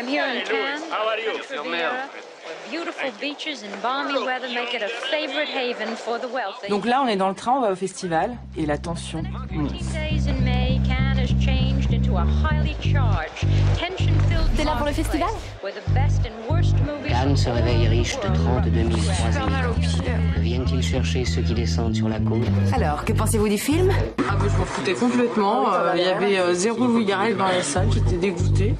I'm here in Cannes. How are you? Riviera. Beautiful beaches and balmy weather make it a favorite haven for the wealthy. Donc là, on est dans le train, on va au festival et la tension monte. 13 days in May, Cannes has changed into a highly charged, tension-filled T'es là pour le festival? where the best and worst movies Cannes se réveille riche de 32 000 Super mal aux pieds. Viennent-ils chercher ceux qui descendent sur la côte? Alors, que pensez-vous du film? Ah bah, je m'en foutais complètement. Il y avait zéro Louis Garrel dans la salle, j'étais dégoûtée.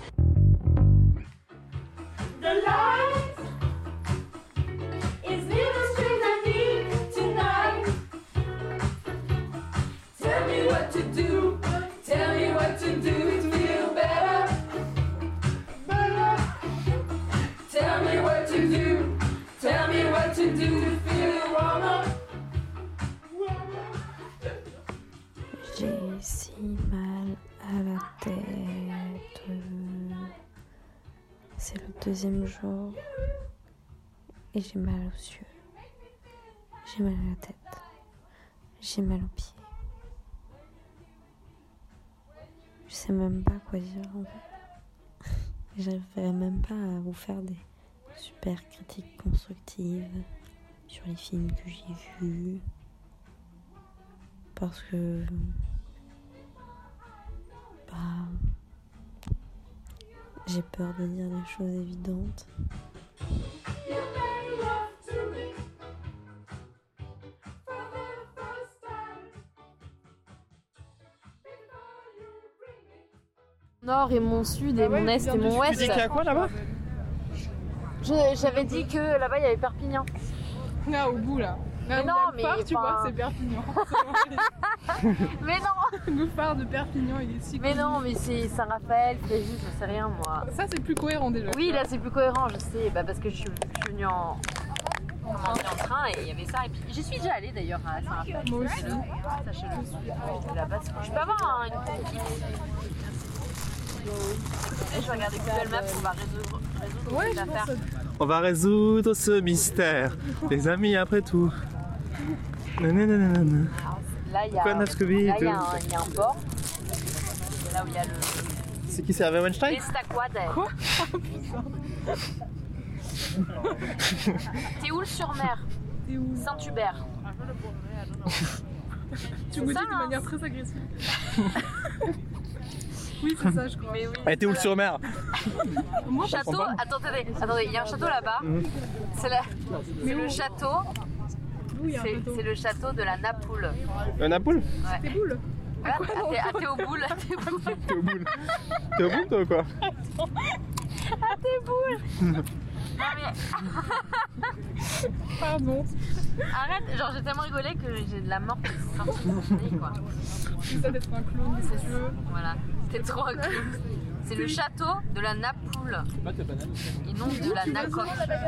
J'ai si mal à la tête. C'est le deuxième jour et j'ai mal aux yeux. J'ai mal à la tête. J'ai mal aux pieds. Je sais même pas quoi dire en fait. J'arriverai même pas à vous faire des super critiques constructives sur les films que j'ai vus. Parce que j'ai peur de dire des choses évidentes. Nord et mon sud et mon est et mon ouest. Tu dis qu'il y a quoi là-bas? J'avais dit que là-bas il y avait Perpignan. Là au bout là. Là Mais où non, il y a le phare, tu vois, c'est Perpignan. Mais non. Le phare de Perpignan, il est si Mais connu. non, mais c'est Saint-Raphaël, Fréjus, je sais rien moi. Ça c'est plus cohérent déjà. Oui, là c'est plus cohérent, je sais, parce que je suis venue en train et il y avait ça. Et puis j'y suis déjà allée d'ailleurs à Saint-Raphaël. Moi aussi. Sachez-le. Là-bas, je peux avoir une petite liste. Je vais regarder Google Maps, on va résoudre cette affaire. On va résoudre ce mystère, les amis après tout. Nananana. Alors, là, il y a un port. C'est là où il y a le... C'est qui, c'est Harvey Weinstein? L'Estaquade. Quoi? Théoul-sur-Mer. T'es où? Saint-Hubert. Tu me dis de manière très agressive. Oui, c'est ça, je crois. Mais oui, Elle était où sur mer? Moi, château, attendez, il y a un château là-bas. C'est le château. où il y a un château? C'est le château de la Napoule. Un Napoule? Ouais. T'es boule? Ah, t'es au boule. T'es au boule? T'es au boule toi ou quoi? Ah, t'es boule. Non mais... Pardon. Arrête, genre j'ai tellement rigolé que j'ai de la mort qui est sortie de mon nez quoi. C'est ça d'être un clown, c'est sûr. Voilà, t'es trop un clown. C'est le château de la Napoule et non de la Nacoque.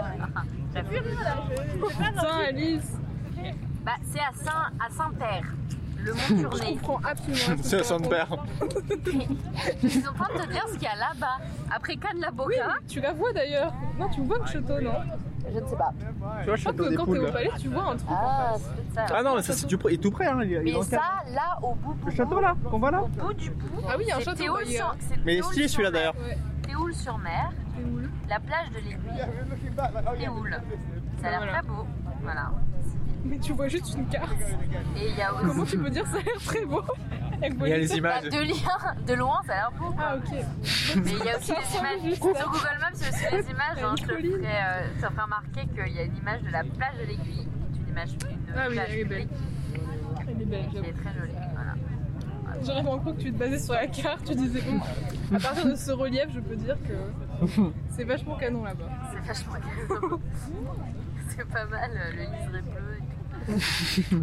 Tiens, Alice. Bah c'est à Saint-Père, le Mont Je Tournai. comprends absolument. C'est à Sainte-Père. Ils sont en train de te dire ce qu'il y a là-bas. Après Cannes-la-Boca. Tu la vois d'ailleurs. Non, tu vois le château, non? Je ne sais pas. Tu vois le Je crois château que des quand t'es poules au là. palais, tu vois un truc. Ah, c'est peut-être ça. Ah non, mais ça c'est il est tout près hein. Il est Mais dans le cadre. ça, là, au bout, Le château là, qu'on voit là? au bout du bout, Ah oui, il y a un c'est château, bah, il y a- Mais stylé celui-là d'ailleurs. Ouais. Théoul-sur-Mer, T'es où? la plage de l'Aiguille, Théoul. Ça a l'air Voilà. très beau. Voilà. Mais tu vois juste une carte. Et il y a aussi... Comment tu peux dire ça a l'air très beau? Il y a les images. de loin, ça a l'air beau. Ah ok. Mais il y a aussi Ça des ressemble images. juste Sur là. Google Maps, il y a aussi des images. Hein, ça ferait remarquer qu'il y a une image de la plage de l'Aiguille. Une image d'une Ah oui, plage elle est belle. publique Elle est belle, qui j'avoue. est très jolie. Voilà. J'ai vraiment cru que tu te basais sur la carte, tu disais à partir de ce relief, je peux dire que c'est vachement canon là-bas. C'est vachement canon. C'est pas mal, le liseré bleu et tout.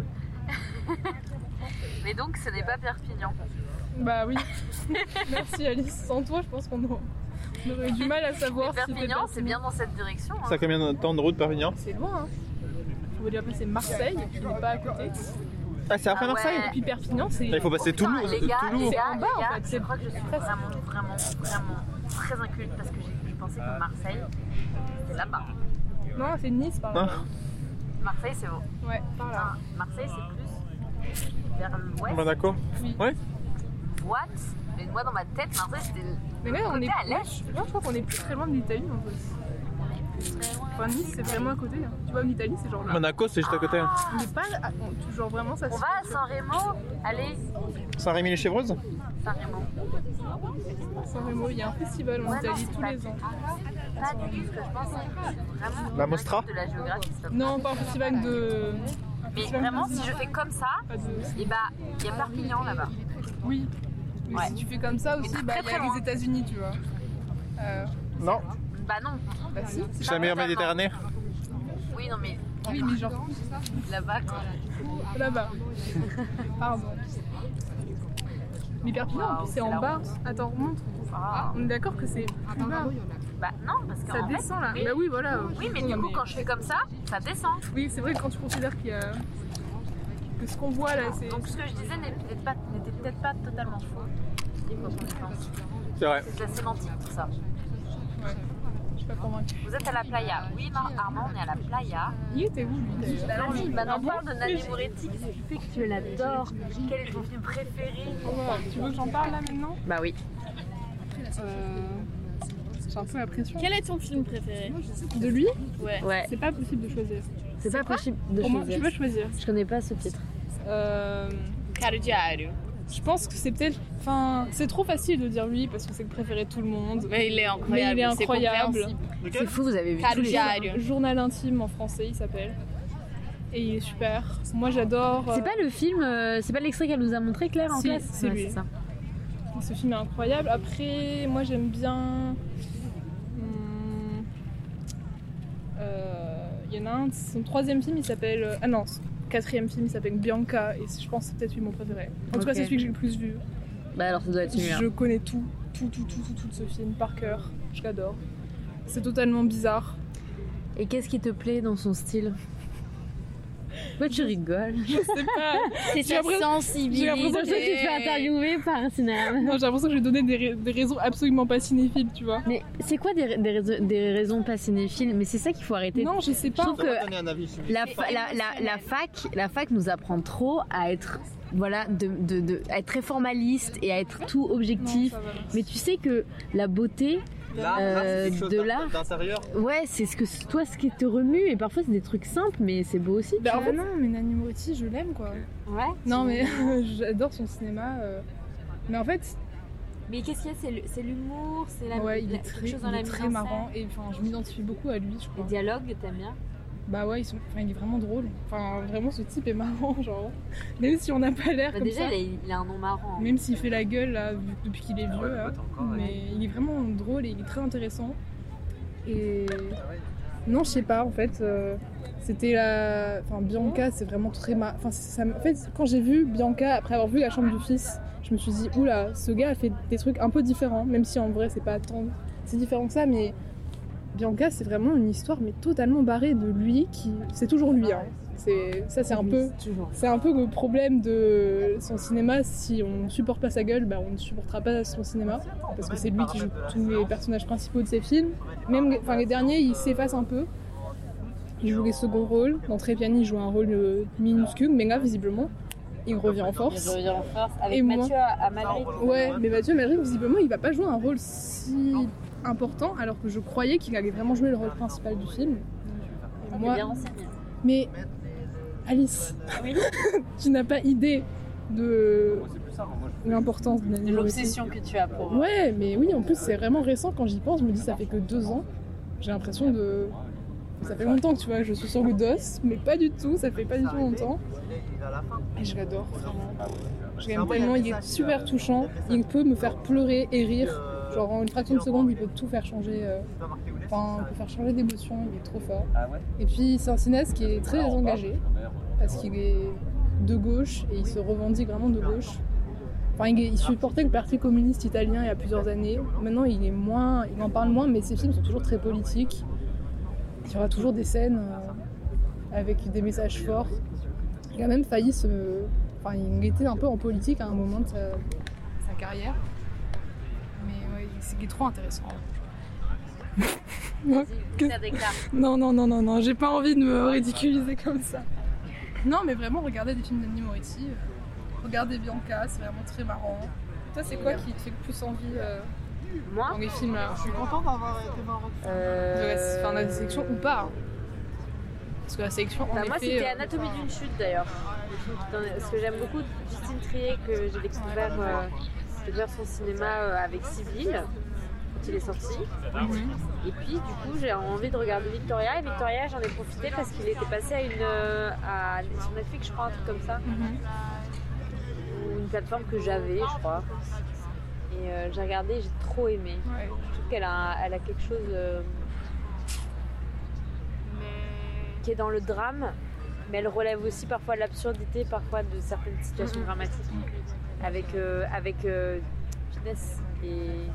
Mais donc, ce n'est pas Perpignan. Bah oui. Merci Alice. Sans toi, je pense qu'on aurait eu du mal à savoir Mais si c'était Perpignan, c'est bien dans cette direction. Hein. Ça a combien de temps de route Perpignan? C'est loin, hein. Il faut déjà passer Marseille, qui n'est pas à côté. Ah c'est après Ah ouais. Marseille? Et puis Perpignan, c'est... Là, il faut passer Putain, Toulouse. les gars, Toulouse. les gars, en bas, les gars, en fait, c'est je crois que je suis presque. vraiment très inculte parce que je pensais que Marseille, c'était là-bas. Non, c'est Nice par là. Ah. Marseille, c'est haut. Ouais, par là. Marseille, c'est plus vers l'ouest. Bah d'accord. Oui. Ouais. What? Mais moi, dans ma tête, Marseille, c'était. Mais là, on est. à l'est. Là, je crois qu'on est plus très loin de l'Italie en fait. Enfin, Nice, c'est vraiment à côté. Hein. Tu vois, en Italie, c'est genre là. Monaco, c'est juste à côté. On n'est pas. Genre vraiment, ça se. On va à San Remo. Allez, Saint-Rémy-les-Chevreuse. San Remo. San Remo, il y a un festival en Ouais, non, Italie c'est tous pas les ans. Pas du tout ce que je pense. C'est vraiment. La Mostra. De la géographie, stop. Non, pas un festival de. Mais vraiment, si je fais comme ça, Pas de... et bah, il y a Perpignan là-bas. Oui. Mais Ouais. si tu fais comme ça aussi, bah, il y très a loin. les États-Unis, tu vois. Non, Bah non. Bah si. c'est la meilleure Méditerranée. Oui, non, mais Oui, mais genre là-bas, quoi. là-bas. Pardon. Mais Perpignan, en plus, c'est c'est en la bas. Attends, montre. Ah. On est d'accord que c'est plus bas. Bah non, parce que Ça en fait, descend là. Bah oui, voilà. oui, mais du Non, coup, quand je fais comme ça descend. Oui, c'est vrai que quand tu considères qu'il y a. Que ce qu'on voit là, c'est. Donc ce que je disais n'était peut-être pas totalement faux. Et quand on y pense. C'est vrai. C'est de la sémantique tout ça. Ouais. Je suis pas convaincue. Vous êtes à la playa. Oui, non, Armand, on est à la playa. Il était où lui d'ailleurs? Vas-y, maintenant on parle de Nanni Moretti, ce qui fait que tu l'adores. Quel est ton film préféré? Tu veux que j'en parle là maintenant? Bah oui. J'ai un peu la pression. Quel est ton film préféré? De lui? Ouais. C'est pas possible de choisir. C'est pas possible de Pour moi, tu choisir. peux choisir. Je connais pas ce titre. Cardiario. Je pense que c'est peut-être. Enfin, c'est trop facile de dire lui parce que c'est le préféré de tout le monde. Mais il est incroyable. Mais il est c'est incroyable. compréhensible. C'est fou, vous avez vu tous les Cardiario. Journal intime en français, il s'appelle. Et il est super. Moi, j'adore. C'est pas le film, c'est pas l'extrait qu'elle nous a montré Claire en Si, classe. c'est lui. ça. Ce film est incroyable. Après, moi, j'aime bien. Il y en a un, son troisième film, il s'appelle. Ah non, son quatrième film, il s'appelle Bianca. Et je pense que c'est peut-être lui mon préféré. En tout cas, Ok. c'est celui que j'ai le plus vu. Bah alors ça doit être celui-là. Je connais tout de ce film par cœur. Je l'adore. C'est totalement bizarre. Et qu'est-ce qui te plaît dans son style? Pourquoi tu rigoles? Je sais pas. C'est J'ai sa l'impression- sensibilité. j'ai l'impression Pour ça que tu te fais interviewer par un cinéma. Non, j'ai l'impression que je vais donner des raisons absolument pas cinéphiles, tu vois. Mais c'est quoi des raisons pas cinéphiles? Mais c'est ça qu'il faut arrêter. Non, je sais Je pas. trouve que la fac nous apprend trop à être à être très formaliste et à être tout objectif. Non, ça va. Mais tu sais que la beauté de l'art, d'intérieur. ouais, c'est ce qui te remue, et parfois c'est des trucs simples, mais c'est beau aussi. Bah, en fait, non, mais Nanni Moretti, je l'aime quoi. Ouais. Non, mais j'adore son cinéma. Mais en fait, Mais qu'est-ce qu'il y a? C'est l'humour, c'est la ouais, il est quelque très, chose dans la mise en très scène. marrant. Et enfin, je m'identifie beaucoup à lui, je Les crois. dialogues, t'aimes bien? Bah ouais, il est vraiment drôle. Enfin, vraiment, ce type est marrant, genre. Même si on n'a pas l'air Bah, comme déjà, ça. il a un nom marrant. Même s'il fait la gueule là, depuis qu'il est vieux, là. Mais il est vraiment drôle et il est très intéressant. Et non, je sais pas, en fait, c'était la. Enfin, Bianca, c'est vraiment très enfin, en fait, quand j'ai vu Bianca après avoir vu La Chambre du Fils, je me suis dit, oula, ce gars a fait des trucs un peu différents, même si en vrai c'est pas tant si différent que ça, mais Bianca, c'est vraiment une histoire mais totalement barrée de lui qui. C'est toujours lui, hein. C'est un peu le problème de son cinéma. Si on ne supporte pas sa gueule, bah on ne supportera pas son cinéma parce que c'est lui qui joue tous les personnages principaux de ses films. Même les derniers, il s'efface un peu. Il joue les seconds rôles. Dans Trépiani, il joue un rôle minuscule, mais là, visiblement, il revient en force. Il revient en force avec Et moi- Mathieu Amalric. Ouais, mais Mathieu Amalric, visiblement, il va pas jouer un rôle si important, alors que je croyais qu'il allait vraiment jouer le rôle principal du film. Et moi, Bien renseigné. mais Alice, tu n'as pas idée de l'importance de Nanni De Moretti. l'obsession que tu as pour. Ouais, mais oui, en plus c'est vraiment récent quand j'y pense. Je me dis ça fait que 2 ans. J'ai l'impression de. Ça fait longtemps que tu vois, que je suis sur le dos, mais pas du tout. Ça fait pas du tout longtemps. Et je l'adore vraiment. Je l'aime tellement. Il est super touchant. Il peut me faire pleurer et rire. Genre en une fraction de seconde, il peut tout faire changer. Enfin, il peut faire changer d'émotion. Il est trop fort. Et puis c'est un cinéaste qui est très engagé parce qu'il est de gauche et il se revendique vraiment de gauche. Enfin, il supportait le Parti communiste italien il y a plusieurs années. Maintenant, il en parle moins, mais ses films sont toujours très politiques. Il y aura toujours des scènes avec des messages forts. Il a même failli Enfin, il était un peu en politique à un moment de sa carrière. Mais ouais, c'est qui est trop intéressant. Ouais. Ça déclare. Non, j'ai pas envie de me ridiculiser comme ça. Non, mais vraiment, regardez des films d'Annie Moretti. Regardez Bianca, c'est vraiment très marrant. Toi, c'est quoi qui te fait le plus envie Moi dans les films là? Je suis content d'avoir été voir votre La sélection ou pas? Parce que la sélection, en moi, effet, c'était Anatomie d'une chute d'ailleurs. Parce que j'aime beaucoup Justine Triet, que j'ai découvert son cinéma avec Sibylle, quand il est sorti. Et puis, du coup, j'ai envie de regarder Victoria. Et Victoria, j'en ai profité parce qu'il était passé sur Netflix, je crois, un truc comme ça. Ou une plateforme que j'avais, je crois. Et j'ai regardé, j'ai trop aimé. Ouais. Je trouve qu'elle a quelque chose qui est dans le drame, mais elle relève aussi parfois de l'absurdité, parfois de certaines situations dramatiques, avec finesse et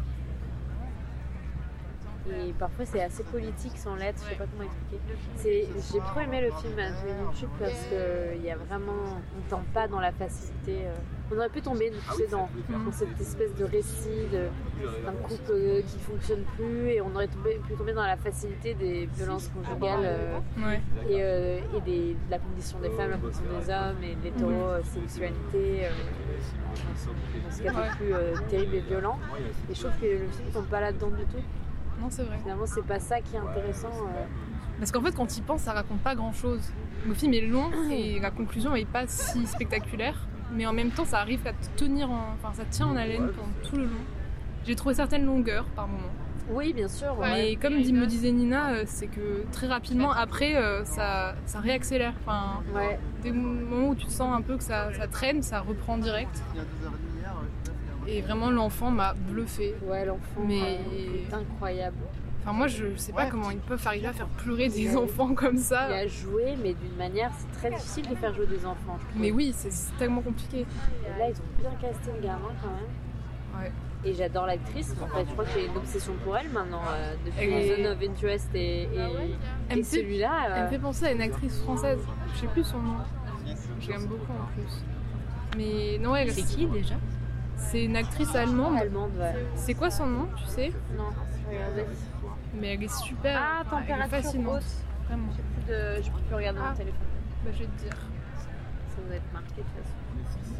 parfois c'est assez politique sans l'être, je sais pas comment expliquer. J'ai trop aimé le film Anatomie d'une chute parce qu'il y a vraiment, on tombe pas dans la facilité. On aurait pu tomber dans cette espèce de récit d'un couple qui fonctionne plus, et on aurait pu tomber dans la facilité des violences conjugales et de la condition des femmes, la condition des hommes et de l'hétérosexualité dans ce cas le plus terrible et violent. Et je trouve que le film ne tombe pas là-dedans du tout. Non, c'est vrai. Finalement, c'est pas ça qui est intéressant. Parce qu'en fait, quand il pense, ça raconte pas grand-chose. Le film est long et la conclusion est pas si spectaculaire, mais en même temps, ça arrive à te tenir ça te tient en haleine pendant tout le long. J'ai trouvé certaines longueurs par moment. Oui, bien sûr. Mais comme me disait Nina, c'est que très rapidement après, ça réaccélère. Des moments où tu te sens un peu que ça traîne, ça reprend direct. Et vraiment, l'enfant m'a bluffé. Ouais, l'enfant est incroyable. Enfin, moi, je sais pas comment ils peuvent arriver à faire pleurer des enfants comme ça. Il a joué, mais d'une manière, c'est très difficile de faire jouer des enfants. Mais oui, c'est tellement compliqué. Et là, ils ont bien casté le gamin quand même. Ouais. Et j'adore l'actrice. En fait, je crois que j'ai une obsession pour elle maintenant. Depuis Zone of Interest et celui-là. Elle me fait penser à une actrice française. Je sais plus son nom. Je l'aime beaucoup en plus. Mais non, c'est qui déjà? C'est une actrice allemande. Ouais. C'est quoi son nom, tu sais? Non, regardez. Mais elle est super. Ah, température fascinante. haute. Vraiment. Je peux plus regarder mon téléphone. Bah, je vais te dire. Ça doit être marqué de toute façon.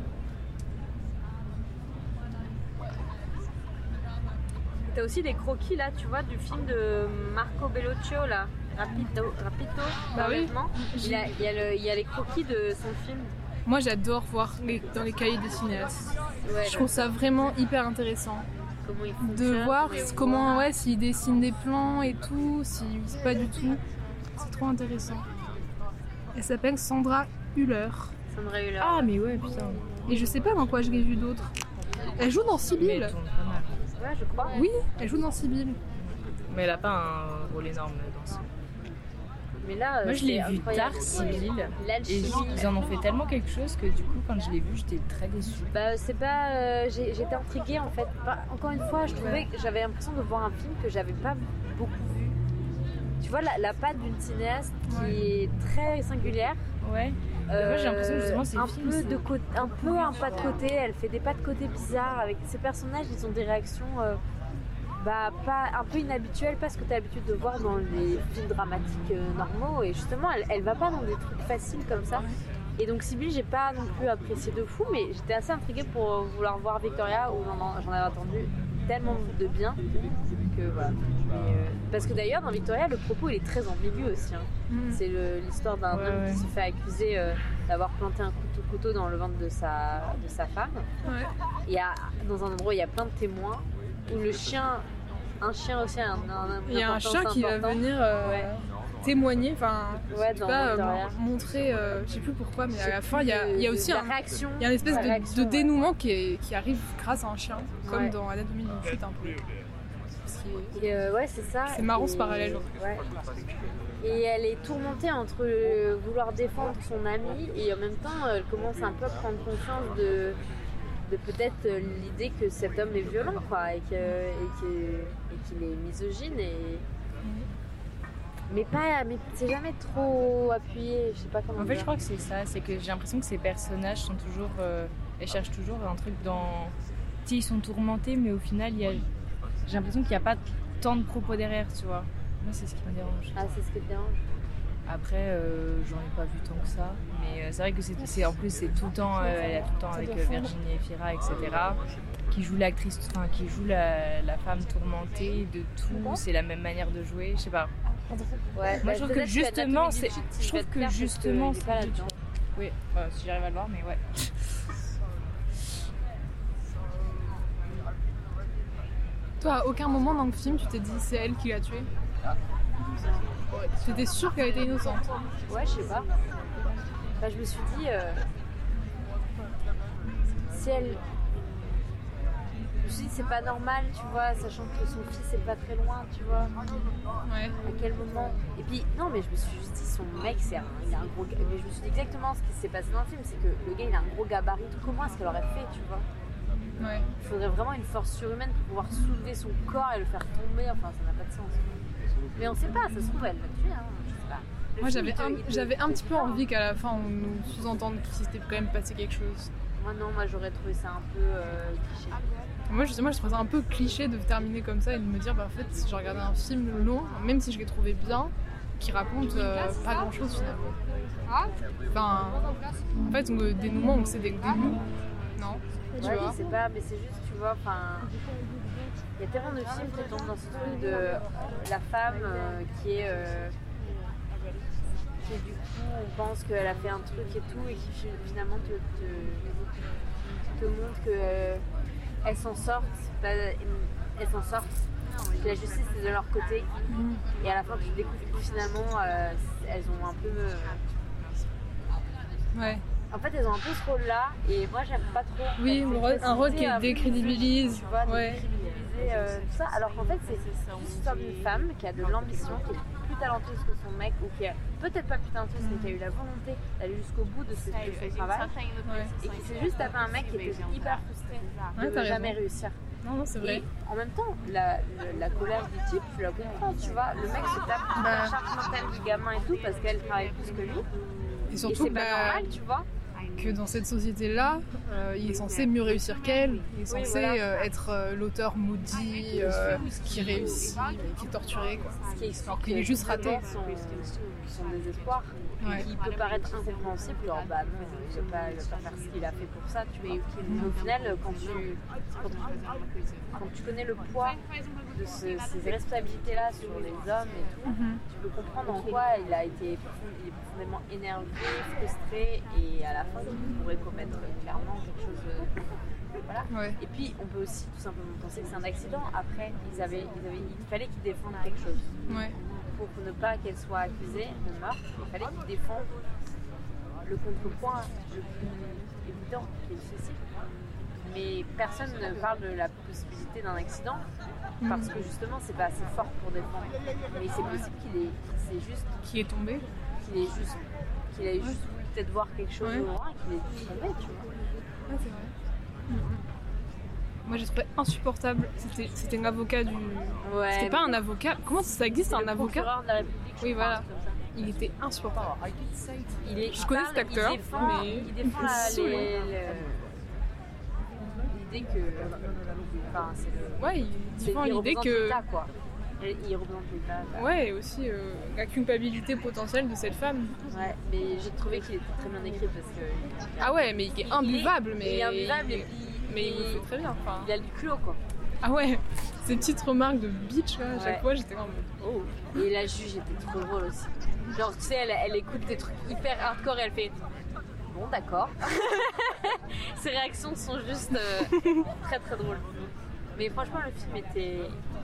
T'as aussi des croquis là, tu vois, du film de Marco Bellocchio là, Rapito. Bah oui. Il y a les croquis de son film. Moi, j'adore voir dans les cahiers des cinéastes. Ouais, je trouve ça vraiment hyper intéressant. Comment il de voir s'il dessine des plans et tout, s'il pas du tout. C'est trop intéressant. Elle s'appelle Sandra Hüller. Ah, mais ouais, putain. Et je sais pas dans quoi je l'ai vu d'autre. Elle joue dans Sibylle. Ouais, je crois. Oui, elle joue dans Sibylle. Mais elle a pas un rôle énorme dans ça. Mais là, moi je l'ai vu tard, Sibylle, et ils en ont fait tellement quelque chose que du coup quand je l'ai vu j'étais très déçue. C'est pas, j'étais intriguée en fait. Encore une fois, je trouvais que j'avais l'impression de voir un film que j'avais pas beaucoup vu. Tu vois la patte d'une cinéaste qui est très singulière. Ouais. Moi j'ai l'impression que justement c'est un pas de côté. Elle fait des pas de côté bizarres avec ses personnages. Ils ont des réactions. Un peu inhabituel, pas ce que tu as l'habitude de voir dans les films dramatiques normaux, et justement elle va pas dans des trucs faciles comme ça. Et donc Sibylle, j'ai pas non plus apprécié de fou, mais j'étais assez intriguée pour vouloir voir Victoria, où j'en avais entendu tellement de bien que voilà. Parce que d'ailleurs dans Victoria, le propos il est très ambigu aussi. C'est l'histoire d'un homme qui se fait accuser d'avoir planté un couteau dans le ventre de sa femme. Il y a, dans un endroit où il y a plein de témoins, où un chien aussi a il y a un chien qui va venir témoigner, montrer, je sais plus pourquoi, mais à la fin il y a aussi une espèce de dénouement qui arrive grâce à un chien, comme dans Anatomie d'une chute un peu. C'est ça. C'est marrant ce parallèle. Et elle est tourmentée entre vouloir défendre son amie et en même temps elle commence un peu à prendre conscience de peut-être l'idée que cet homme est violent, quoi, et qu'il est misogyne, mais c'est jamais trop appuyé, je sais pas comment dire. Je crois que c'est ça, c'est que j'ai l'impression que ces personnages sont toujours, elles cherchent toujours un truc dans... Tu sais, ils sont tourmentés, mais au final, j'ai l'impression qu'il n'y a pas tant de propos derrière, tu vois. Moi, c'est ce qui me dérange. Ah, c'est ce qui te dérange. Après, j'en ai pas vu tant que ça, mais c'est vrai que en plus c'est tout le temps, elle est tout le temps avec Virginie Efira, etc. qui joue l'actrice, enfin qui joue la femme tourmentée de tout, c'est la même manière de jouer, je sais pas. Ouais, Moi je trouve que justement, c'est pas là-dedans. Oui, si j'arrive à le voir, mais ouais. Toi, à aucun moment dans le film, tu t'es dit c'est elle qui l'a tué? Tu étais sûre qu'elle était innocente? Ouais, je sais pas. Bah, je me suis dit, si elle. Je me suis dit, c'est pas normal, tu vois, sachant que son fils est pas très loin, tu vois. Ouais. À quel moment. Et puis, non, mais je me suis juste dit, son mec, il a un gros. Mais je me suis dit exactement ce qui s'est passé dans le film, c'est que le gars, il a un gros gabarit. Comment est-ce qu'elle aurait fait, tu vois? Ouais. Il faudrait vraiment une force surhumaine pour pouvoir soulever son corps et le faire tomber. Enfin, ça n'a pas de sens. Mais on sait pas, ça se trouve, elle l'a tué, hein. Je sais pas. Moi, j'avais un petit peu envie qu'à la fin, on nous sous-entende qu'il s'était quand même passé quelque chose. Moi, non, j'aurais trouvé ça un peu cliché. Moi, je trouvais ça un peu cliché de terminer comme ça et de me dire, bah, en fait, j'ai regardé un film long, même si je l'ai trouvé bien, qui raconte pas grand-chose finalement. Enfin, en fait, le dénouement, on le sait dès le début, non? Tu ouais, vois, je sais pas, mais c'est juste, tu vois, enfin, il y a tellement de films qui tombent dans ce truc de la femme qui est du coup, on pense qu'elle a fait un truc et tout, et qui finalement te montre qu'elle s'en sortent, elles s'en sortent, que la justice est de leur côté, et à la fin tu découvres que finalement elles ont un peu... ouais. En fait, elles ont un peu ce rôle-là, et moi j'aime pas trop. Oui, un rôle qui décrédibilise. Tu vois, ouais. décrédibiliser tout ça, alors qu'en fait, c'est l'histoire d'une femme qui a de l'ambition, qui est plus talentueuse que son mec, ou qui est peut-être pas plus talentueuse, mais qui a eu la volonté d'aller jusqu'au bout de son travail, et qui s'est juste tapé un mec qui était hyper frustré de ne jamais réussir. Non, c'est vrai. Et en même temps, la colère du type, tu la comprends, tu vois. Le mec se tape la charge mentale du gamin et tout parce qu'elle travaille plus que lui. Et surtout, c'est pas normal, tu vois. Que dans cette société-là, il est censé mieux réussir qu'elle, il est censé être l'auteur maudit, qui réussit, mais qui est torturé, quoi. Alors qu'il est juste raté. Son désespoir, qui peut paraître incompréhensible, genre bah non, il ne va pas faire ce qu'il a fait pour ça, tu vois. Mais au final, quand tu connais le poids de ces responsabilités-là sur les hommes et tout, tu peux comprendre en quoi il est profondément énervé, frustré, et à la fin il pourrait commettre clairement quelque chose voilà. Ouais. Et puis on peut aussi tout simplement penser que c'est un accident. Après il fallait qu'il défende quelque chose. Ouais. Pour ne pas qu'elle soit accusée de meurtre, il fallait qu'il défende le contrepoint le plus évident qui est le suicide. Mais personne ne parle de la possibilité d'un accident parce que justement c'est pas assez fort pour défendre. Mais c'est possible qu'il est tombé, qu'il ait juste peut-être voir quelque chose au loin et qu'il ait juste tombé, tu vois. Ouais, c'est vrai. Moi j'ai trouvé insupportable, c'était un avocat du... Ouais, c'était pas un avocat, comment ça existe un avocat? Le procureur de la République. Oui voilà, il était insupportable. Je connais cet acteur, il défend l'idée que... Enfin, c'est le... Ouais, il défend l'idée que... l'État, quoi. Il représente l'État. Ouais, et aussi la culpabilité potentielle de cette femme. Ouais, mais j'ai trouvé qu'il était très bien écrit parce que... Ah ouais, mais il est imbuvable, mais... Il est imbuvable et puis... Mais il le fait très bien. Enfin... Il a du culot, quoi. Ah ouais, ces petites remarques de bitch là, à chaque fois j'étais en mode oh. Et la juge était trop drôle aussi. Genre tu sais, elle écoute des trucs hyper hardcore et elle fait bon d'accord. Ses réactions sont juste très très drôles. Mais franchement le film était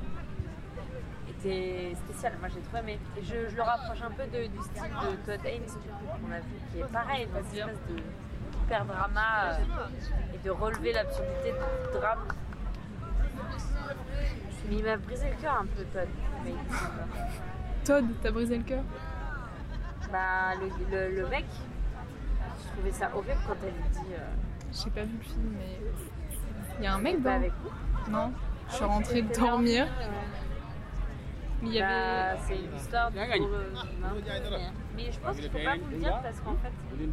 spécial, moi j'ai trop aimé. Et je le rapproche un peu du style de Todd Haynes qu'on a vu, qui est pareil, une espèce de hyper drama et de relever l'absurdité du drame. Mais il m'a brisé le cœur un peu, Todd. Todd, t'as brisé le cœur? Bah, le mec, je trouvais ça horrible quand elle lui dit... J'ai pas vu le film, mais... Il y a un mec pas avec vous? Non, je suis rentrée dormir. Il y avait... C'est une histoire de... Mais je pense qu'il faut pas vous le dire parce qu'en fait...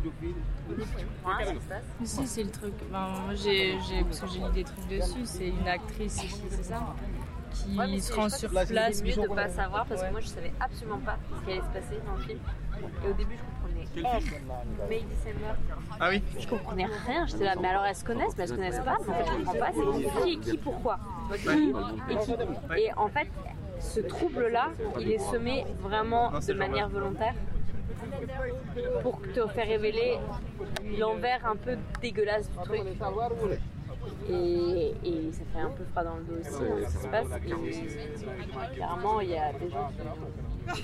Si, c'est le truc. Ben, moi, parce que j'ai lu des trucs dessus, c'est une actrice ici, c'est ça? qui se rend sur place. C'est mieux de ne pas savoir parce que moi je savais absolument pas ce qui allait se passer dans le film. Et au début je comprenais May December. Ah oui. Je comprenais rien, j'étais là, mais alors elles se connaissent, mais elles se connaissent pas, mais en fait je comprends pas, c'est qui et qui, pourquoi qui et qui. Et en fait, ce trouble-là, il est semé vraiment de manière volontaire pour te faire révéler l'envers un peu dégueulasse du truc. Et ça fait un peu froid dans le dos aussi, hein, ce qui se passe. Et clairement, il y a des gens qui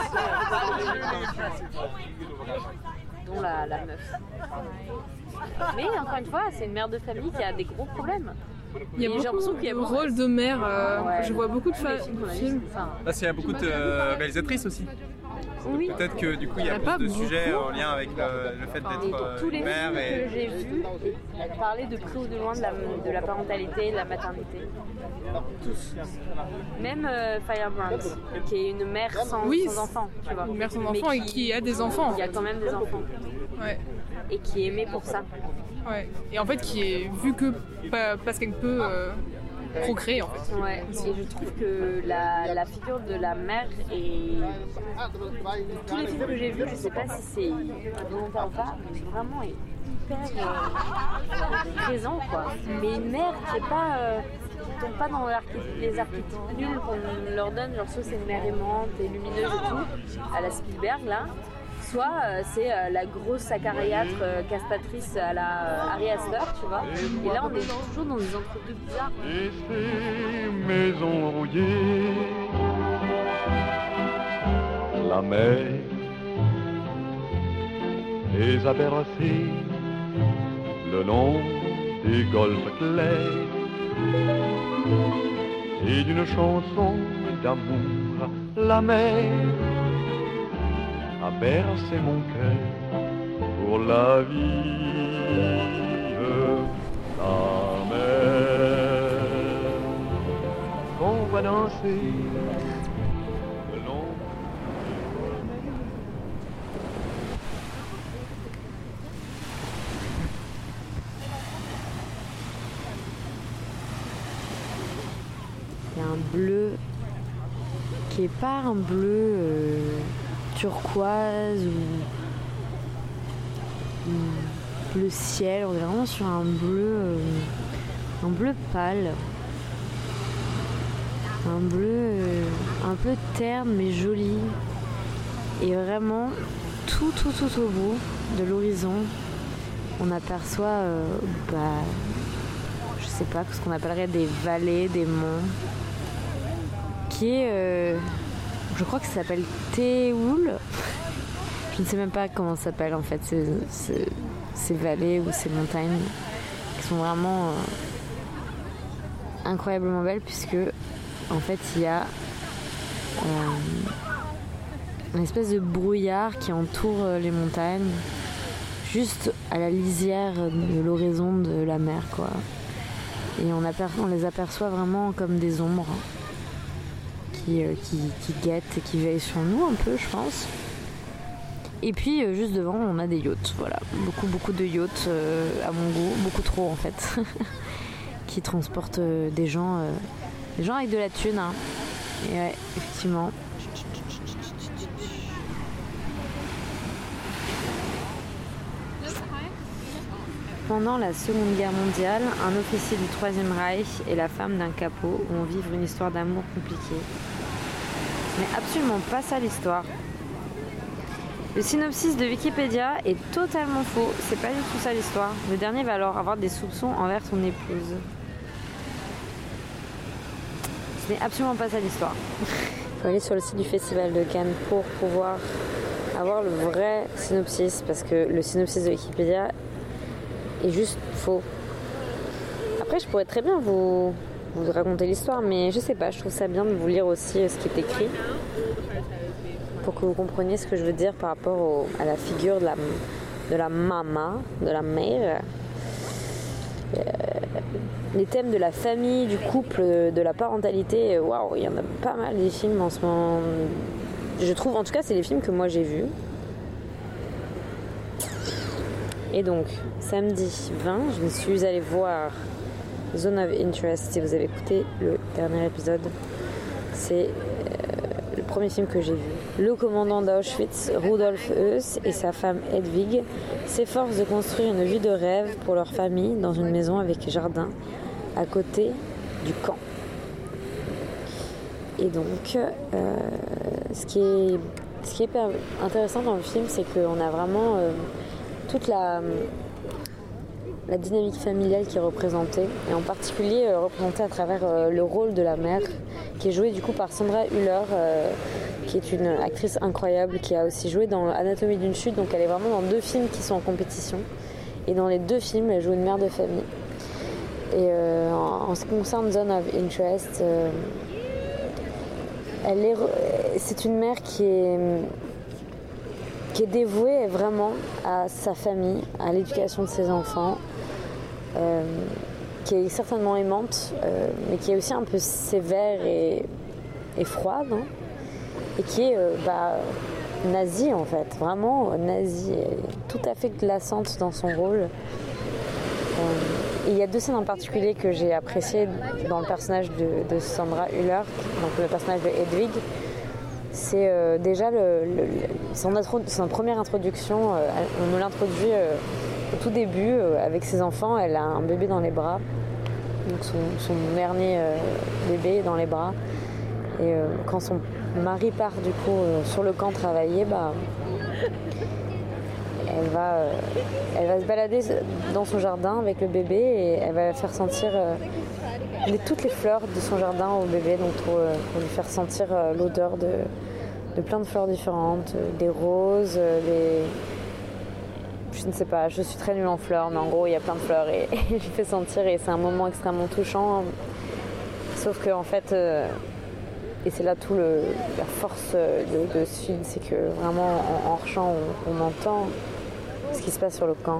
dont la meuf. Mais encore une fois, c'est une mère de famille qui a des gros problèmes. Il y a beaucoup de rôles de mère. Je vois beaucoup de films. Là, il y a beaucoup de réalisatrices aussi. Oui. Peut-être que du coup il y a plus de sujets en lien avec le fait d'être tous les mère films que j'ai vus parlaient de près ou de loin de la parentalité et de la maternité. Tous. Même Firebrand, qui est une mère sans enfant, tu vois. Une mère sans enfant et qui a des enfants. Il y a quand même des enfants. Ouais. Et qui est aimée pour ça. Ouais. Et en fait qui est vue que parce qu'elle peut procréer en fait. Ouais, et je trouve que la figure de la mère est... Tous les films que j'ai vus, je sais pas si c'est volontaire ou pas, mais vraiment est hyper présent quoi. Mais une mère qui est pas... qui tombe pas dans les archétypes nuls qu'on leur donne, genre soit c'est une mère aimante et lumineuse et tout, à la Spielberg là, soit c'est la grosse acariâtre castratrice à la Ari Aster, tu vois. Et là, on est toujours dans des entre-deux bizarres. Et ces maisons rouillées, la mer les a bercées le long des golfes clairs et d'une chanson d'amour, la mer a bercé mon cœur pour la vie, la mer qu'on va danser le long. Il y a un bleu qui est pas un bleu turquoise ou bleu ciel, on est vraiment sur un bleu pâle, un bleu un peu terne mais joli, et vraiment tout au bout de l'horizon on aperçoit je sais pas ce qu'on appellerait des vallées, des monts, qui est je crois que ça s'appelle Théoul. Je ne sais même pas comment ça s'appelle en fait ces vallées ou ces montagnes qui sont vraiment incroyablement belles, puisque en fait il y a une espèce de brouillard qui entoure les montagnes juste à la lisière de l'horizon de la mer quoi. Et on les aperçoit vraiment comme des ombres qui guettent et qui veillent sur nous un peu, je pense. Et puis juste devant on a des yachts, voilà, beaucoup de yachts à mon goût, beaucoup trop en fait, qui transportent des gens avec de la thune, hein. Et ouais, effectivement. Pendant la Seconde Guerre mondiale, un officier du Troisième Reich et la femme d'un capot vont vivre une histoire d'amour compliquée. Mais absolument pas ça l'histoire. Le synopsis de Wikipédia est totalement faux, c'est pas du tout ça l'histoire. Le dernier va alors avoir des soupçons envers son épouse. Ce n'est absolument pas ça l'histoire. Il faut aller sur le site du Festival de Cannes pour pouvoir avoir le vrai synopsis, parce que le synopsis de Wikipédia est juste faux. Après, je pourrais très bien vous raconter l'histoire, mais je sais pas, je trouve ça bien de vous lire aussi ce qui est écrit, pour que vous compreniez ce que je veux dire par rapport à la figure de la mama, de la mère. Les thèmes de la famille, du couple, de la parentalité, waouh, il y en a pas mal des films en ce moment. Je trouve, en tout cas, c'est les films que moi j'ai vus. Et donc, samedi 20, je me suis allée voir Zone of Interest, si vous avez écouté le dernier épisode, c'est le premier film que j'ai vu. Le commandant d'Auschwitz, Rudolf Höss, et sa femme Hedwig s'efforcent de construire une vie de rêve pour leur famille dans une maison avec jardin à côté du camp. Et donc, ce qui est hyper intéressant dans le film, c'est qu'on a vraiment toute la dynamique familiale qui est représentée, et en particulier représentée à travers le rôle de la mère, qui est jouée du coup par Sandra Hüller, qui est une actrice incroyable, qui a aussi joué dans Anatomie d'une chute, donc elle est vraiment dans 2 films qui sont en compétition, et dans les 2 films elle joue une mère de famille. Et en ce qui concerne Zone of Interest, c'est une mère qui est dévouée vraiment à sa famille, à l'éducation de ses enfants, qui est certainement aimante, mais qui est aussi un peu sévère et froide, hein, et qui est nazie en fait, vraiment nazie, tout à fait glaçante dans son rôle. Et il y a 2 scènes en particulier que j'ai appréciées dans le personnage de Sandra Hüller, donc le personnage de Hedwig. C'est déjà son première introduction, on nous l'introduit au tout début avec ses enfants, elle a un bébé dans les bras, donc son dernier bébé dans les bras. Et quand son mari part du coup sur le camp travailler, elle va se balader dans son jardin avec le bébé et elle va faire sentir toutes les fleurs de son jardin au bébé, donc pour lui faire sentir l'odeur de plein de fleurs différentes, des roses, je ne sais pas, je suis très nulle en fleurs, mais en gros il y a plein de fleurs et je lui fais sentir, et c'est un moment extrêmement touchant, sauf que en fait, et c'est là tout la force de ce film, c'est que vraiment en hors-champ on entend ce qui se passe sur le camp.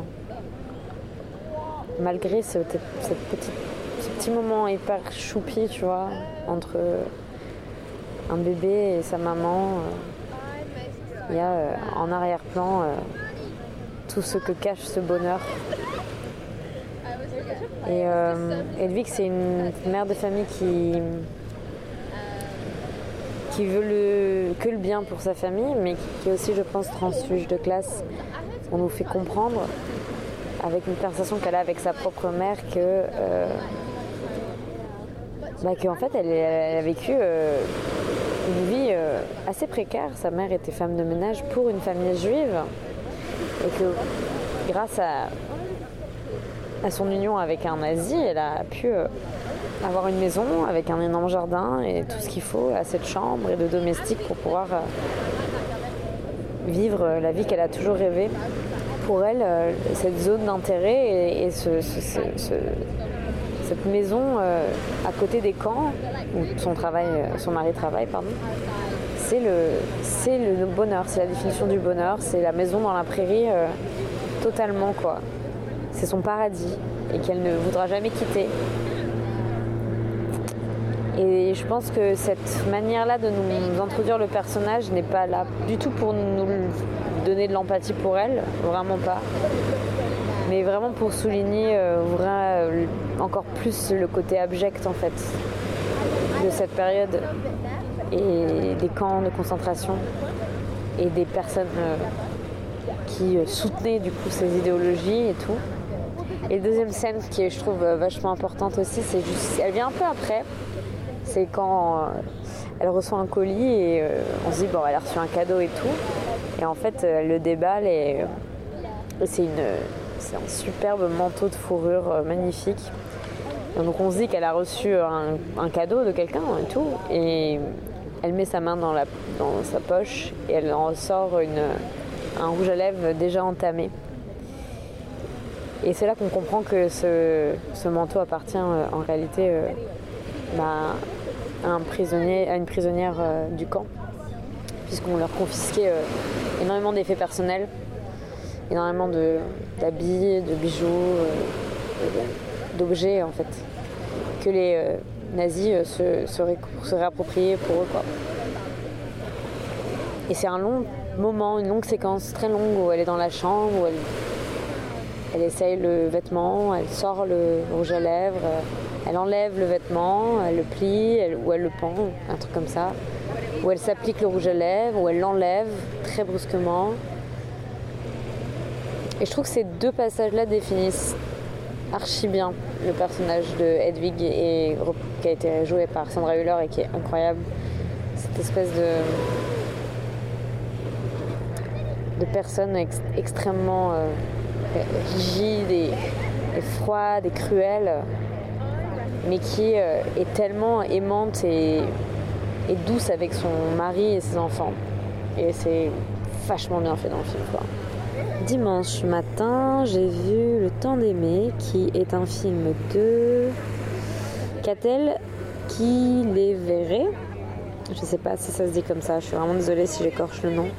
Malgré ce petit moment hyper choupi, tu vois, entre un bébé et sa maman, il y a en arrière-plan tout ce que cache ce bonheur. Et Hedwig, c'est une mère de famille qui veut que le bien pour sa famille, mais qui est aussi, je pense, transfuge de classe. On nous fait comprendre, avec une conversation qu'elle a avec sa propre mère, qu'en fait, elle a vécu une vie assez précaire. Sa mère était femme de ménage pour une famille juive, et que grâce à son union avec un nazi, elle a pu avoir une maison avec un énorme jardin et tout ce qu'il faut, assez de chambres et de domestiques pour pouvoir vivre la vie qu'elle a toujours rêvée. Pour elle, cette zone d'intérêt et cette maison à côté des camps où son mari travaille, c'est le bonheur, c'est la définition du bonheur, c'est la maison dans la prairie totalement quoi. C'est son paradis et qu'elle ne voudra jamais quitter. Et je pense que cette manière-là de nous introduire le personnage n'est pas là du tout pour nous donner de l'empathie pour elle, vraiment pas. Mais vraiment pour souligner encore plus le côté abject en fait de cette période et des camps de concentration et des personnes qui soutenaient du coup ces idéologies et tout. Et deuxième scène qui est, je trouve, vachement importante aussi, elle vient un peu après. C'est quand elle reçoit un colis et on se dit elle a reçu un cadeau et tout. Et en fait, elle le déballe et c'est un superbe manteau de fourrure magnifique. Et donc on se dit qu'elle a reçu un cadeau de quelqu'un et tout. Et elle met sa main dans sa poche et elle en ressort un rouge à lèvres déjà entamé. Et c'est là qu'on comprend que ce manteau appartient en réalité à une prisonnière du camp, puisqu'on leur confisquait énormément d'effets personnels, énormément d'habits, de bijoux, d'objets en fait, que les nazis se réappropriaient pour eux quoi. Et c'est un long moment, une longue séquence très longue où elle est dans la chambre, où elle essaye le vêtement, elle sort le rouge à lèvres, Elle enlève le vêtement, elle le plie, ou elle le pend, un truc comme ça. Ou elle s'applique le rouge à lèvres, ou elle l'enlève très brusquement. Et je trouve que ces deux passages-là définissent archi bien le personnage de Hedwig qui a été joué par Sandra Hüller et qui est incroyable. Cette espèce de personne extrêmement rigide et froide et cruelle, mais qui est tellement aimante et douce avec son mari et ses enfants. Et c'est vachement bien fait dans le film, quoi. Dimanche matin, j'ai vu Le Temps d'aimer, qui est un film de Catel qui les verrait. Je sais pas si ça se dit comme ça, je suis vraiment désolée si j'écorche le nom.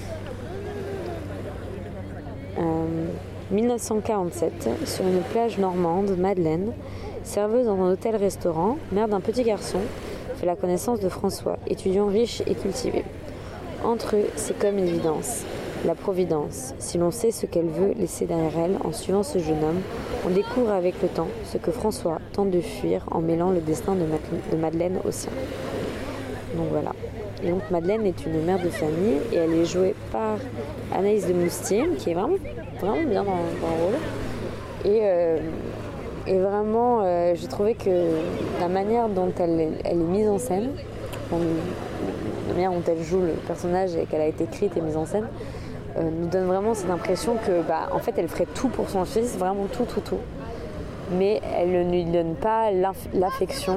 1947, sur une plage normande, Madeleine, serveuse dans un hôtel-restaurant, mère d'un petit garçon, fait la connaissance de François, étudiant riche et cultivé. Entre eux, c'est comme une évidence. La providence. Si l'on sait ce qu'elle veut laisser derrière elle en suivant ce jeune homme, on découvre avec le temps ce que François tente de fuir en mêlant le destin de Madeleine au sien. Donc voilà. Et donc Madeleine est une mère de famille et elle est jouée par Anaïs de Moustier, qui est vraiment bien dans le rôle. Et vraiment, j'ai trouvé que la manière dont elle est mise en scène, la manière dont elle joue le personnage et qu'elle a été écrite et mise en scène, nous donne vraiment cette impression que, en fait, elle ferait tout pour son fils, vraiment tout. Mais elle ne lui donne pas l'affection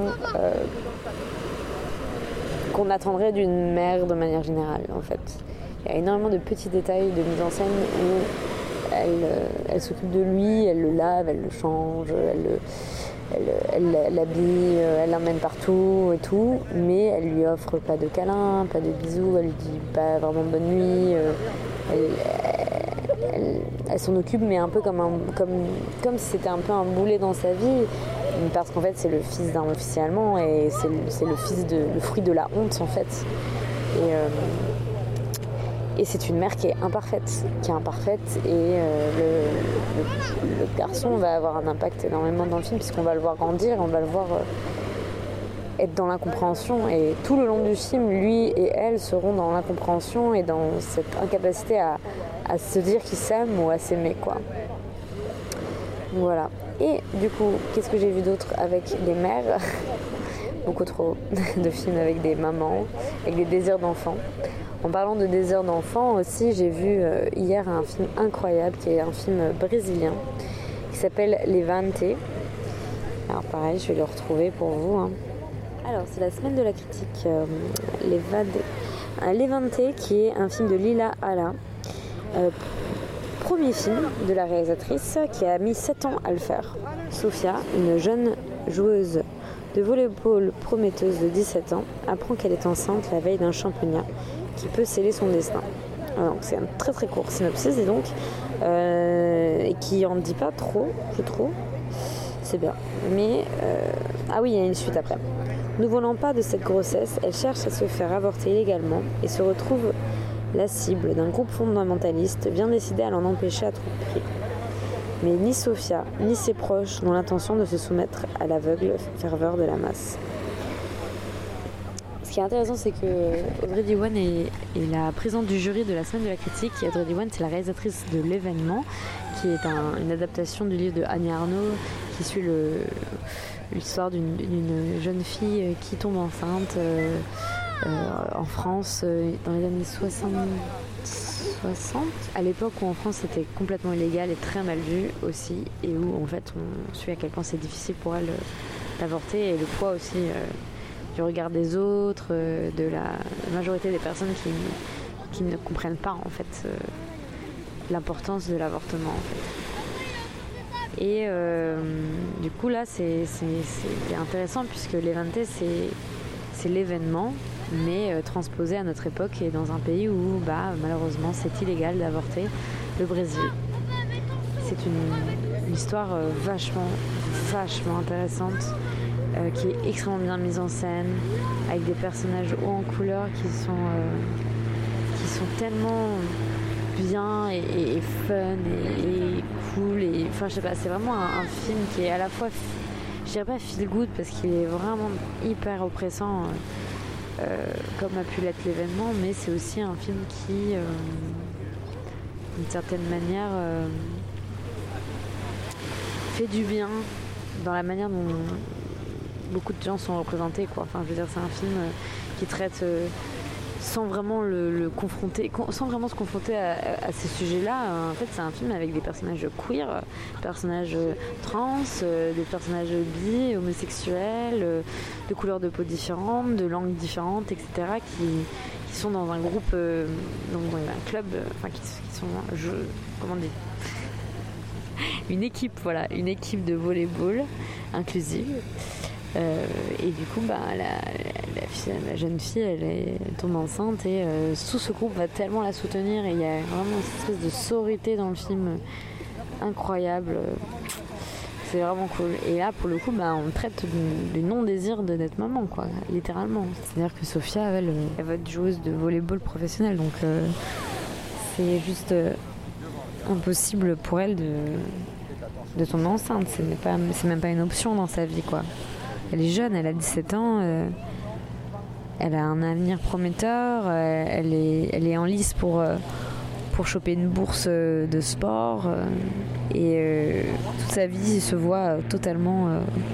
qu'on attendrait d'une mère de manière générale, en fait. Il y a énormément de petits détails de mise en scène où elle s'occupe de lui, elle le lave, elle le change, elle l'habille, elle l'emmène partout et tout, mais elle lui offre pas de câlins, pas de bisous, elle lui dit pas vraiment bonne nuit, elle s'en occupe, mais un peu comme si c'était un peu un boulet dans sa vie, parce qu'en fait c'est le fils d'un officier allemand et c'est le fruit de la honte en fait. Et c'est une mère qui est imparfaite et le garçon va avoir un impact énormément dans le film puisqu'on va le voir grandir, on va le voir être dans l'incompréhension et tout le long du film, lui et elle seront dans l'incompréhension et dans cette incapacité à se dire qu'ils s'aiment ou à s'aimer, quoi. Voilà. Et du coup, qu'est-ce que j'ai vu d'autre avec des mères? Beaucoup trop de films avec des mamans, avec des désirs d'enfants. En parlant de désir d'enfant aussi, j'ai vu hier un film incroyable qui est un film brésilien qui s'appelle Levante. Alors pareil, je vais le retrouver pour vous. Alors c'est la semaine de la critique. Levante qui est un film de Lila Ala. Premier film de la réalisatrice qui a mis 7 ans à le faire. Sofia, une jeune joueuse de volley-ball prometteuse de 17 ans, apprend qu'elle est enceinte la veille d'un championnat qui peut sceller son destin. Donc c'est un très très court synopsis et qui en dit pas trop, je trouve. C'est bien. Mais ah oui, il y a une suite après. Ne voulant pas de cette grossesse, elle cherche à se faire avorter illégalement et se retrouve la cible d'un groupe fondamentaliste bien décidé à l'en empêcher à tout prix. Mais ni Sofia, ni ses proches n'ont l'intention de se soumettre à l'aveugle ferveur de la masse. Ce qui est intéressant, c'est que Audrey Diwan est la présidente du jury de la semaine de la critique. Et Audrey Diwan, c'est la réalisatrice de L'événement, qui est une adaptation du livre de Annie Arnaud, qui suit l'histoire d'une jeune fille qui tombe enceinte en France dans les années 60, à l'époque où en France c'était complètement illégal et très mal vu aussi, et où en fait on suit à quel point c'est difficile pour elle d'avorter, et le poids aussi du regard des autres, de la majorité des personnes qui ne comprennent pas en fait l'importance de l'avortement en fait. Et du coup là c'est intéressant puisque Levante c'est l'événement, mais transposé à notre époque et dans un pays où malheureusement c'est illégal d'avorter, le Brésil. C'est une histoire vachement intéressante, qui est extrêmement bien mise en scène, avec des personnages hauts en couleur qui sont tellement bien et fun et cool, et enfin je sais pas, c'est vraiment un film qui est à la fois je dirais pas feel good parce qu'il est vraiment hyper oppressant comme a pu l'être l'événement, mais c'est aussi un film qui d'une certaine manière fait du bien dans la manière dont beaucoup de gens sont représentés, quoi. Enfin, je veux dire, c'est un film qui traite sans vraiment le confronter, sans vraiment se confronter à ces sujets-là. En fait, c'est un film avec des personnages queer, personnages trans, des personnages bi, homosexuels, de couleurs de peau différentes, de langues différentes, etc., qui sont dans un groupe, dans un club, enfin, qui sont, comment dire, une équipe de volleyball inclusive. Et du coup, la jeune fille, elle tombe enceinte et tout ce groupe va tellement la soutenir et il y a vraiment une espèce de sororité dans le film incroyable. C'est vraiment cool. Et là, pour le coup, on traite du non-désir d'être maman, quoi, littéralement. C'est-à-dire que Sophia, elle va être joueuse de volleyball professionnelle, donc c'est juste impossible pour elle de tomber enceinte. C'est même pas une option dans sa vie, quoi. Elle est jeune, elle a 17 ans, elle a un avenir prometteur, elle est en lice pour choper une bourse de sport et toute sa vie se voit totalement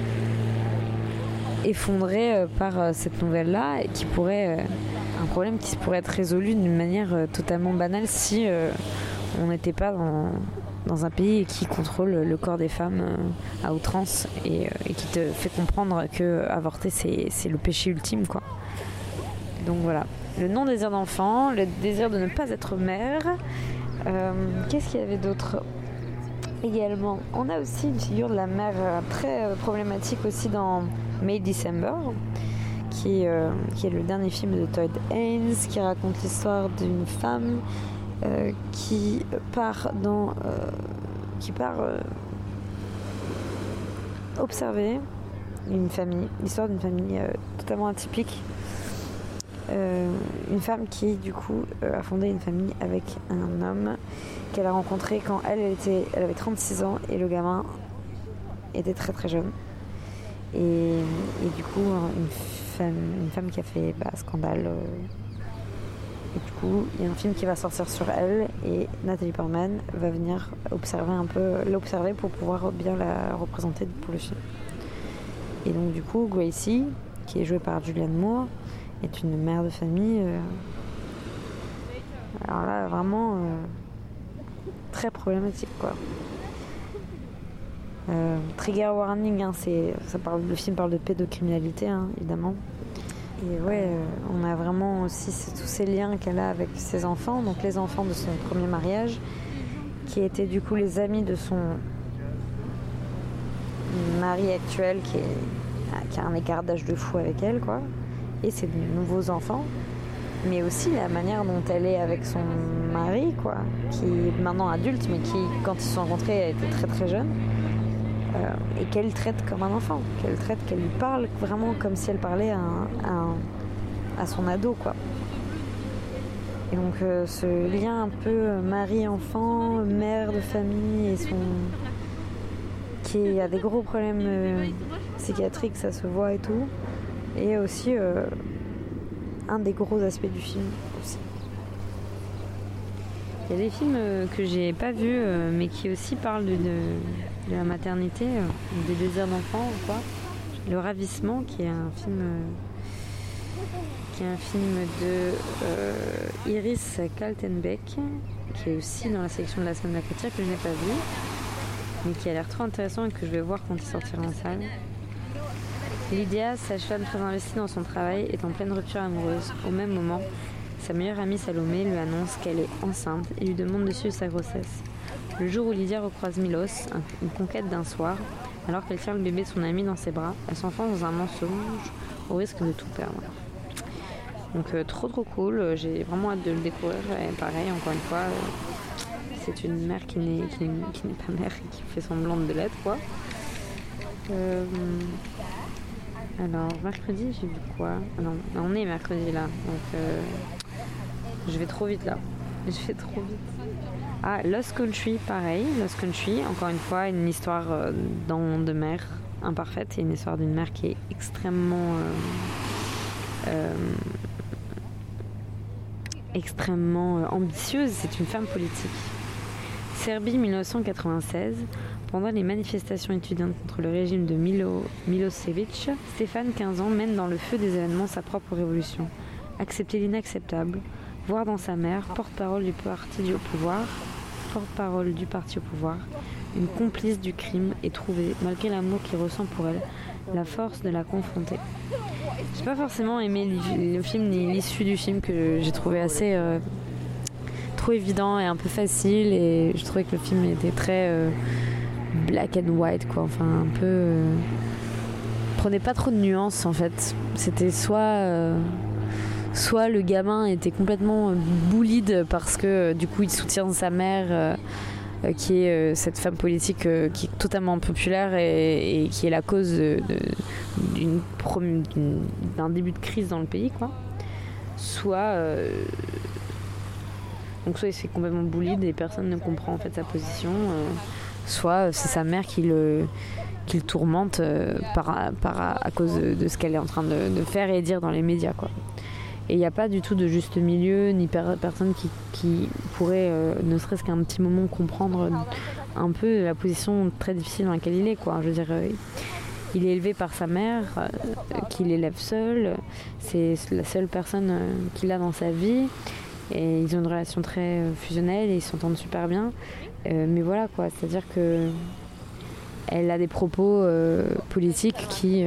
effondrée par cette nouvelle-là, et qui pourrait un problème qui pourrait être résolu d'une manière totalement banale si on n'était pas dans un pays qui contrôle le corps des femmes à outrance et qui te fait comprendre que avorter c'est le péché ultime, quoi. Donc voilà, le non-désir d'enfant, le désir de ne pas être mère. Qu'est-ce qu'il y avait d'autre également? On a aussi une figure de la mère très problématique aussi dans May December, qui est le dernier film de Todd Haynes, qui raconte l'histoire d'une femme qui part observer l'histoire d'une famille totalement atypique, une femme qui du coup a fondé une famille avec un homme qu'elle a rencontré quand elle avait 36 ans et le gamin était très très jeune, et du coup une femme qui a fait scandale. Et du coup, il y a un film qui va sortir sur elle et Nathalie Portman va venir l'observer pour pouvoir bien la représenter pour le film. Et donc du coup, Gracie, qui est jouée par Julianne Moore, est une mère de famille. Alors là, vraiment très problématique, quoi. Trigger warning, hein, le film parle de pédocriminalité, hein, évidemment. Et ouais, on a vraiment aussi tous ces liens qu'elle a avec ses enfants, donc les enfants de son premier mariage, qui étaient du coup les amis de son mari actuel, qui a un écart d'âge de fou avec elle, quoi. Et ses nouveaux enfants, mais aussi la manière dont elle est avec son mari, quoi, qui est maintenant adulte, mais qui, quand ils se sont rencontrés, elle était très très jeune. Et qu'elle traite comme un enfant, qu'elle lui parle vraiment comme si elle parlait à son ado, quoi. Et donc ce lien un peu mari-enfant, mère de famille, qui a des gros problèmes psychiatriques, ça se voit et tout, et aussi un des gros aspects du film aussi. Il y a des films que j'ai pas vus, mais qui aussi parlent de la maternité, des désirs d'enfant, quoi. Le Ravissement, qui est un film de Iris Kaltenbeck, qui est aussi dans la sélection de la semaine de la critique, que je n'ai pas vu, mais qui a l'air trop intéressant et que je vais voir quand il sortira en salle. Lydia, sage-femme très investie dans son travail, est en pleine rupture amoureuse. Au même moment, sa meilleure amie Salomé lui annonce qu'elle est enceinte et lui demande de suivre sa grossesse. Le jour où Lydia recroise Milos, une conquête d'un soir, alors qu'elle tient le bébé de son ami dans ses bras, elle s'enfonce dans un mensonge au risque de tout perdre. Donc trop cool, j'ai vraiment hâte de le découvrir. Et pareil, encore une fois, c'est une mère qui n'est pas mère et qui fait semblant de l'être, quoi. Alors mercredi j'ai vu quoi? Non, on est mercredi là, donc je vais trop vite là. Lost Country, pareil, Lost Country, encore une fois une histoire de mère imparfaite et une histoire d'une mère qui est extrêmement ambitieuse. C'est une femme politique. Serbie 1996. Pendant les manifestations étudiantes contre le régime de Milosevic, Stéphane, 15 ans, mène dans le feu des événements sa propre révolution. Accepter l'inacceptable, voir dans sa mère, porte-parole du parti au pouvoir, une complice du crime et trouver, malgré l'amour qu'il ressent pour elle, la force de la confronter. J'ai pas forcément aimé le film ni l'issue du film, que j'ai trouvé assez trop évident et un peu facile, et je trouvais que le film était très black and white, quoi. Enfin, un peu prenait pas trop de nuances en fait. C'était soit le gamin était complètement bullied parce que du coup il soutient sa mère qui est cette femme politique qui est totalement populaire et qui est la cause d'un début de crise dans le pays, quoi. Soit il se fait complètement bullied et personne ne comprend en fait sa position, soit c'est sa mère qui le tourmente à cause de ce qu'elle est en train de faire et dire dans les médias, quoi. Et il n'y a pas du tout de juste milieu, ni personne qui pourrait, ne serait-ce qu'un petit moment, comprendre un peu la position très difficile dans laquelle il est, quoi. Je veux dire, il est élevé par sa mère, qui l'élève seul. C'est la seule personne qu'il a dans sa vie. Et ils ont une relation très fusionnelle et ils s'entendent super bien. Mais voilà, quoi. C'est-à-dire que elle a des propos politiques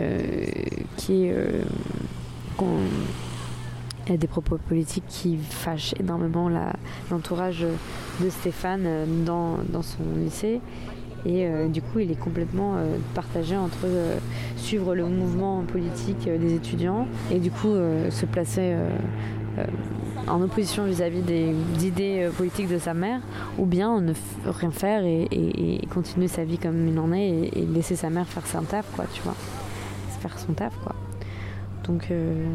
il y a des propos politiques qui fâchent énormément l'entourage de Stéphane dans son lycée. Et du coup, il est complètement partagé entre suivre le mouvement politique des étudiants et du coup se placer en opposition vis-à-vis des idées politiques de sa mère, ou bien ne rien faire et continuer sa vie comme il en est et laisser sa mère faire son taf, quoi, tu vois. Faire son taf, quoi. Donc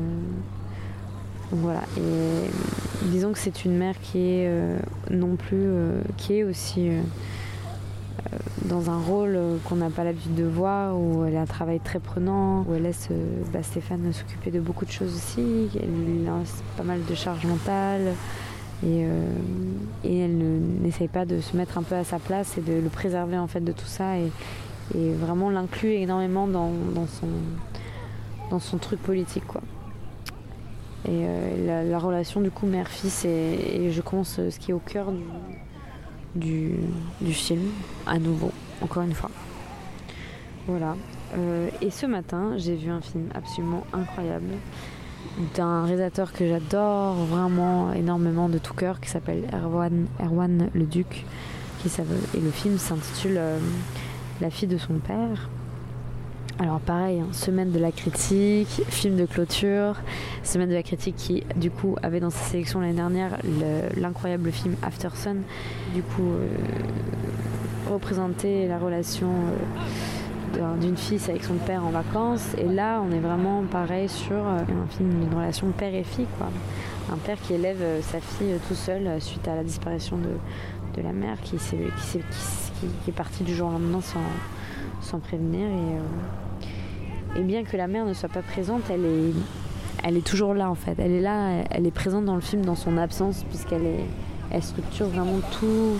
voilà, et disons que c'est une mère qui est qui est aussi dans un rôle qu'on n'a pas l'habitude de voir, où elle a un travail très prenant, où elle laisse Stéphane s'occuper de beaucoup de choses aussi, elle lui lance pas mal de charges mentales, et elle n'essaye pas de se mettre un peu à sa place et de le préserver en fait de tout ça, et vraiment l'inclut énormément dans son truc politique, quoi. Et la relation du coup mère-fils et je pense ce qui est au cœur du film, à nouveau, encore une fois. Voilà. Et ce matin, j'ai vu un film absolument incroyable d'un réalisateur que j'adore vraiment énormément de tout cœur, qui s'appelle Erwan Le Duc, et le film s'intitule La fille de son père. Alors pareil, semaine de la critique, film de clôture, semaine de la critique qui du coup avait dans sa sélection l'année dernière l'incroyable film After Sun, du coup représentait la relation d'une fille avec son père en vacances, et là on est vraiment pareil sur un film d'une relation père et fille, quoi. Un père qui élève sa fille tout seul suite à la disparition de la mère qui est partie du jour au lendemain sans prévenir, et bien que la mère ne soit pas présente, elle est toujours là en fait. Elle est là, elle est présente dans le film dans son absence, elle structure vraiment tout.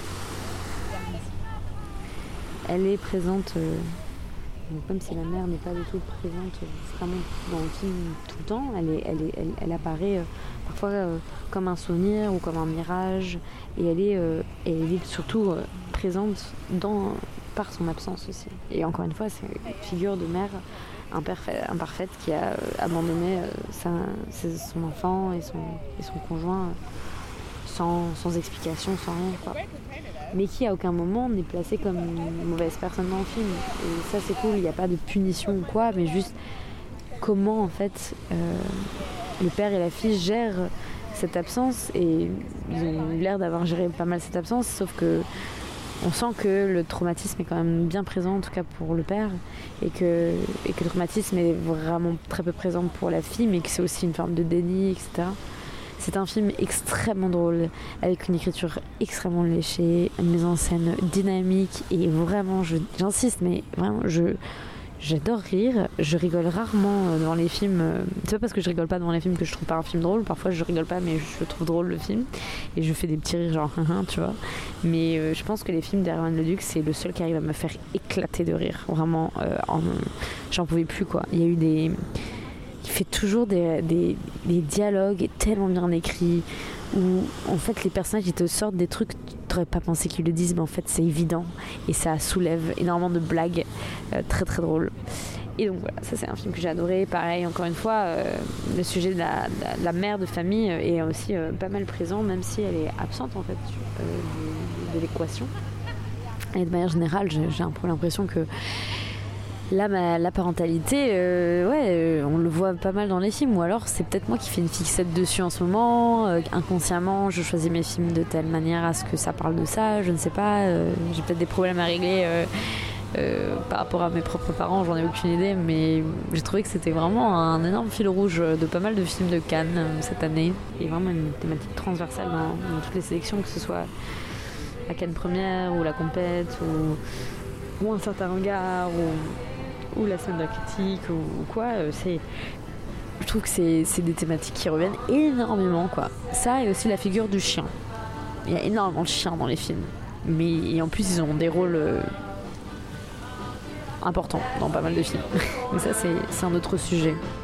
Elle est présente, comme si la mère n'est pas du tout présente vraiment dans le film tout le temps. Elle apparaît parfois comme un souvenir ou comme un mirage, et elle est surtout présente par son absence aussi. Et encore une fois, c'est une figure de mère imparfaite qui a abandonné son enfant et son conjoint sans explication, sans rien, quoi. Mais qui à aucun moment n'est placée comme une mauvaise personne dans le film. Et ça c'est cool, il n'y a pas de punition ou quoi, mais juste comment en fait le père et la fille gèrent cette absence, et ils ont l'air d'avoir géré pas mal cette absence, sauf que on sent que le traumatisme est quand même bien présent, en tout cas pour le père, et que le traumatisme est vraiment très peu présent pour la fille, mais que c'est aussi une forme de déni, etc. C'est un film extrêmement drôle, avec une écriture extrêmement léchée, une mise en scène dynamique, et vraiment, j'insiste, mais vraiment, J'adore rire, je rigole rarement devant les films. C'est pas parce que je rigole pas devant les films que je trouve pas un film drôle. Parfois je rigole pas mais je trouve drôle le film. Et je fais des petits rires genre tu vois. Mais je pense que les films d'Erwan Leduc, c'est le seul qui arrive à me faire éclater de rire. Vraiment, j'en pouvais plus quoi. Il y a eu des... Il fait toujours des dialogues tellement bien écrits où en fait les personnages ils te sortent des trucs tu n'aurais pas pensé qu'ils le disent, mais en fait c'est évident et ça soulève énormément de blagues très très drôles. Et donc voilà, ça c'est un film que j'ai adoré. Pareil, encore une fois, le sujet de la mère de famille est aussi pas mal présent, même si elle est absente en fait de l'équation. Et de manière générale, j'ai un peu l'impression que là, la parentalité, on le voit pas mal dans les films, ou alors c'est peut-être moi qui fais une fixette dessus en ce moment, inconsciemment, je choisis mes films de telle manière à ce que ça parle de ça, je ne sais pas, j'ai peut-être des problèmes à régler par rapport à mes propres parents, j'en ai aucune idée, mais j'ai trouvé que c'était vraiment un énorme fil rouge de pas mal de films de Cannes cette année, et vraiment une thématique transversale dans toutes les sélections, que ce soit la Cannes première, ou la compète, ou un certain regard, ou la semaine de la critique ou quoi, je trouve que c'est des thématiques qui reviennent énormément quoi. Ça et aussi la figure du chien. Il y a énormément de chiens dans les films, et en plus ils ont des rôles importants dans pas mal de films. Mais ça c'est un autre sujet.